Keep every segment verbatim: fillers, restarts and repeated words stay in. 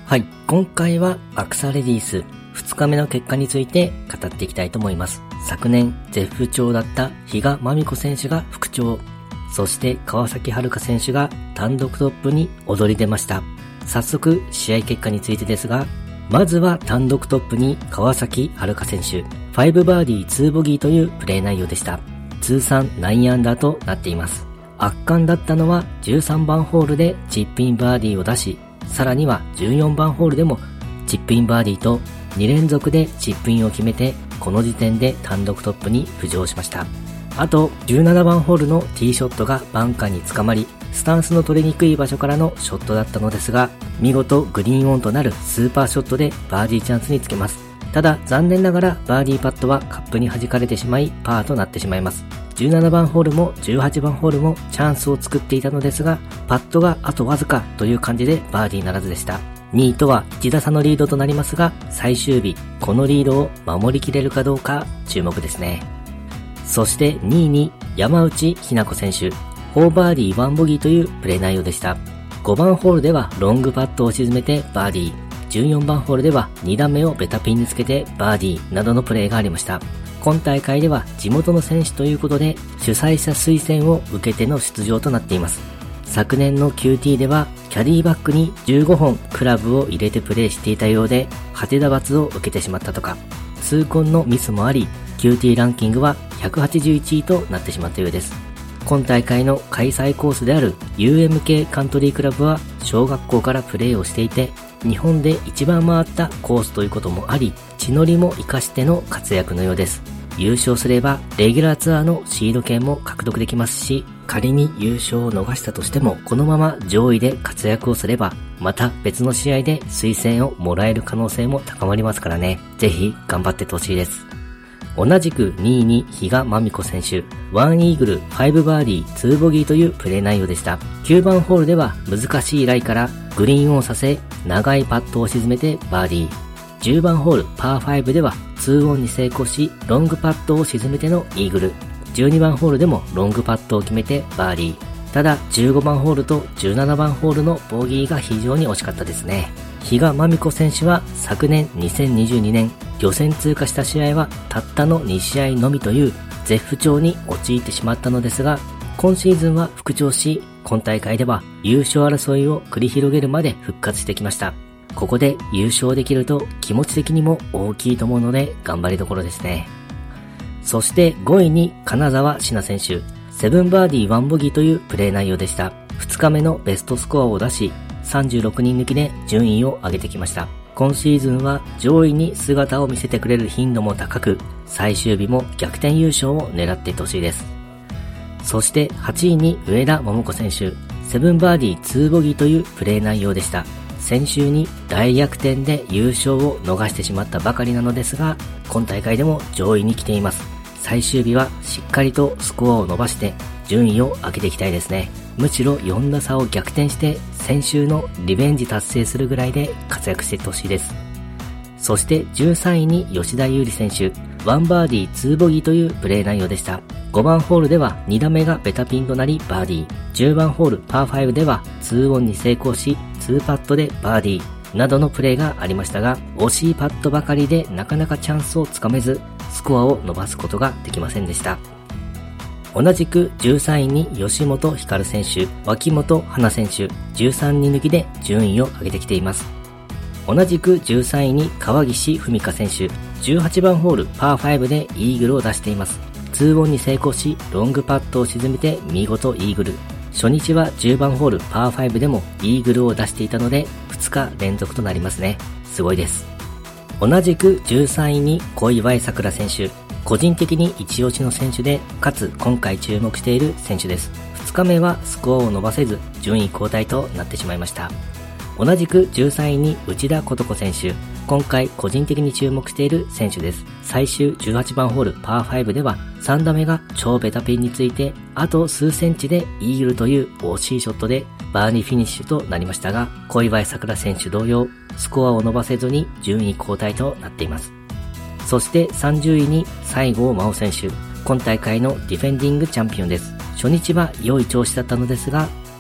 はい、今回はアクサレディースふつかめの結果について語っていきたいと思います。昨年絶不調だった比嘉真美子選手が復調、そして川崎春花選手が単独トップに躍り出ました。早速試合結果についてですが、まずは単独トップに川崎春花選手、ごバーディーツーボギーというプレー内容でした。通算きゅうアンダーとなっています。圧巻だったのはじゅうさんばんホールでチップインバーディーを出し、さらにはじゅうよんばんホールでもチップインバーディーとに連続でチップインを決めて、この時点で単独トップに浮上しました。あとじゅうななばんホールのティーショットがバンカーにつかまり、スタンスの取りにくい場所からのショットだったのですが、見事グリーンオンとなるスーパーショットでバーディーチャンスにつけます。ただ残念ながらバーディーパットはカップに弾かれてしまいパーとなってしまいます。じゅうななばんホールもじゅうはちばんホールもチャンスを作っていたのですが、パットがあとわずかという感じでバーディーならずでした。にいとはいちだ差のリードとなりますが、最終日このリードを守りきれるかどうか注目ですね。そしてにいに山内日菜子選手、フォーバーディーワンボギーというプレー内容でした。ごばんホールではロングパットを沈めてバーディー、じゅうよんばんホールではにだんめをベタピンにつけてバーディーなどのプレーがありました。今大会では地元の選手ということで主催者推薦を受けての出場となっています。昨年の キューティー ではキャディバッグにじゅうごほんクラブを入れてプレーしていたようで、ハテダ罰を受けてしまったとか、痛恨のミスもあり キューティー ランキングはひゃくはちじゅういちいとなってしまったようです。今大会の開催コースである ユーエムケー カントリークラブは小学校からプレーをしていて、日本で一番回ったコースということもあり、地の利も活かしての活躍のようです。優勝すればレギュラーツアーのシード権も獲得できますし、仮に優勝を逃したとしてもこのまま上位で活躍をすればまた別の試合で推薦をもらえる可能性も高まりますからね。ぜひ頑張ってほしいです。同じくにいに比嘉真美子選手、ワンイーグルファイブバーディーツーボギーというプレー内容でした。きゅうばんホールでは難しいライからグリーンオンさせ、長いパットを沈めてバーディー、じゅうばんホールパーファイブではツーオンに成功し、ロングパットを沈めてのイーグル、じゅうにばんホールでもロングパットを決めてバーディー。ただじゅうごばんホールとじゅうななばんホールのボギーが非常に惜しかったですね。比嘉真美子選手は昨年にせんにじゅうにねん予選通過した試合はたったのにしあいのみという絶不調に陥ってしまったのですが、今シーズンは復調し、今大会では優勝争いを繰り広げるまで復活してきました。ここで優勝できると気持ち的にも大きいと思うので頑張りどころですね。そしてごいに金澤志奈選手、セブンバーディーワンボギーというプレー内容でした。ふつかめのベストスコアを出し、さんじゅうろくにん抜きで順位を上げてきました。今シーズンは上位に姿を見せてくれる頻度も高く、最終日も逆転優勝を狙っていってほしいです。そしてはちいに上田桃子選手、セブンバーディーツーボギーというプレー内容でした。先週に大逆転で優勝を逃してしまったばかりなのですが、今大会でも上位に来ています。最終日はしっかりとスコアを伸ばして順位を上げていきたいですね。むしろよんだ差を逆転して先週のリベンジ達成するぐらいで活躍していってほしいです。そしてじゅうさんいに吉田優利選手、ワンバーディーツーボギーというプレー内容でした。ごばんホールではにだめがベタピンとなりバーディー、じゅうばんホールパーファイブではツーオンに成功し、ツーパットでバーディーなどのプレーがありましたが、惜しいパットばかりでなかなかチャンスをつかめず、スコアを伸ばすことができませんでした。同じくじゅうさんいに吉本ひかる選手、脇本花選手、じゅうさんにん抜きで順位を上げてきています。同じくじゅうさんいに川岸文香選手、じゅうはちばんホールパーファイブでイーグルを出しています。ツーオンに成功し、ロングパットを沈めて見事イーグル。初日はじゅうばんホールパーファイブでもイーグルを出していたのでふつか連続となりますね。すごいです。同じくじゅうさんいに小祝さくら選手、個人的に一押しの選手で、かつ今回注目している選手です。ふつかめはスコアを伸ばせず順位後退となってしまいました。同じくじゅうさんいに内田琴子選手、今回個人的に注目している選手です。最終じゅうはちばんホールパーファイブではさんだめが超ベタピンについてあと数センチでイーグルという惜しいショットでバーディーフィニッシュとなりましたが、小祝さくら選手同様スコアを伸ばせずに順位後退となっています。そしてさんじゅういに西郷真央選手、今大会のディフェンディングチャンピオンです。初日は良い調子だったのですが、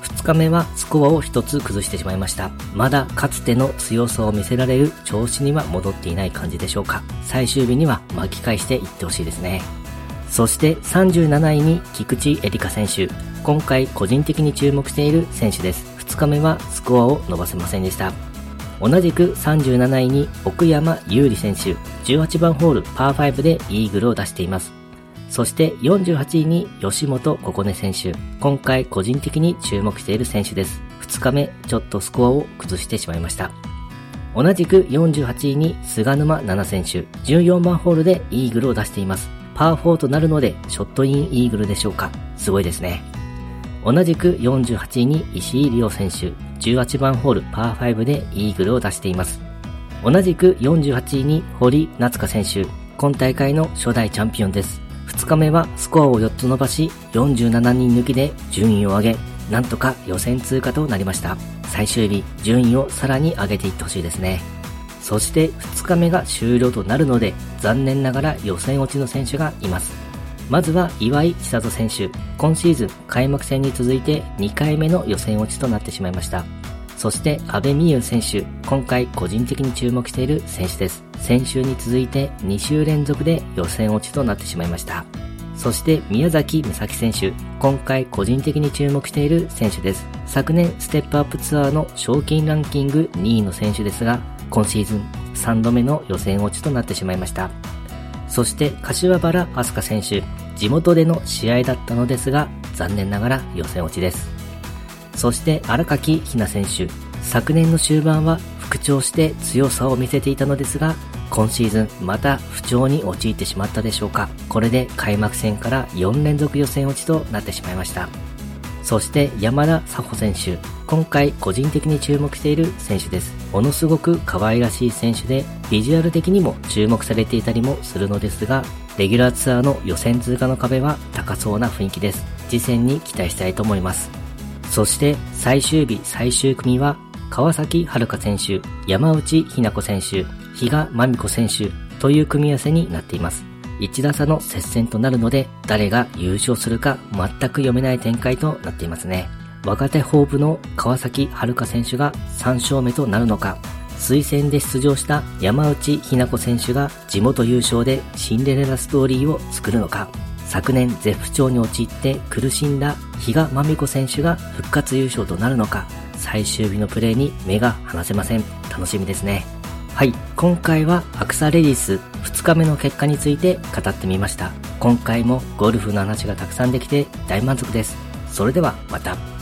ふつかめはスコアを一つ崩してしまいました。まだかつての強さを見せられる調子には戻っていない感じでしょうか。最終日には巻き返していってほしいですね。そしてさんじゅうなないに菊池絵里香選手。今回個人的に注目している選手です。ふつかめはスコアを伸ばせませんでした。同じくさんじゅうなないに奥山優里選手。じゅうはちばんホールパーごでイーグルを出しています。そしてよんじゅうはちいに吉本心音選手。今回個人的に注目している選手です。ふつかめちょっとスコアを崩してしまいました。同じくよんじゅうはちいに菅沼菜々選手。じゅうよんばんホールでイーグルを出しています。パーよんとなるのでショットインイーグルでしょうか。すごいですね。同じくよんじゅうはちいに石井理央選手。じゅうはちばんホールパーごでイーグルを出しています。同じくよんじゅうはちいに堀夏香選手。今大会の初代チャンピオンです。ふつかめはスコアをよっつ伸ばしよんじゅうななにん抜きで順位を上げ、なんとか予選通過となりました。最終日順位をさらに上げていってほしいですね。そしてふつかめが終了となるので残念ながら予選落ちの選手がいます。まずは岩井千怜選手。今シーズン開幕戦に続いてにかいめの予選落ちとなってしまいました。そして阿部未悠選手。今回個人的に注目している選手です。先週に続いてに週連続で予選落ちとなってしまいました。そして宮崎美咲選手。今回個人的に注目している選手です。昨年ステップアップツアーの賞金ランキングにいの選手ですが、今シーズンさんどめの予選落ちとなってしまいました。そして柏原明日香選手。地元での試合だったのですが、残念ながら予選落ちです。そして荒垣ひな選手。昨年の終盤は復調して強さを見せていたのですが、今シーズンまた不調に陥ってしまったでしょうか。これで開幕戦からよんれんぞく予選落ちとなってしまいました。そして山田紗穂選手。今回個人的に注目している選手です。ものすごく可愛らしい選手で、ビジュアル的にも注目されていたりもするのですが、レギュラーツアーの予選通過の壁は高そうな雰囲気です。次戦に期待したいと思います。そして最終日最終組は川崎春花選手、山内日菜子選手、比嘉真美子選手という組み合わせになっています。いちだ差の接戦となるので、誰が優勝するか全く読めない展開となっていますね。若手ホープの川崎春花選手がさん勝目となるのか、推薦で出場した山内日菜子選手が地元優勝でシンデレラストーリーを作るのか、昨年絶不調に陥って苦しんだ比嘉真美子選手が復活優勝となるのか、最終日のプレーに目が離せません。楽しみですね。はい、今回はアクサレディスふつかめの結果について語ってみました。今回もゴルフの話がたくさんできて大満足です。それではまた。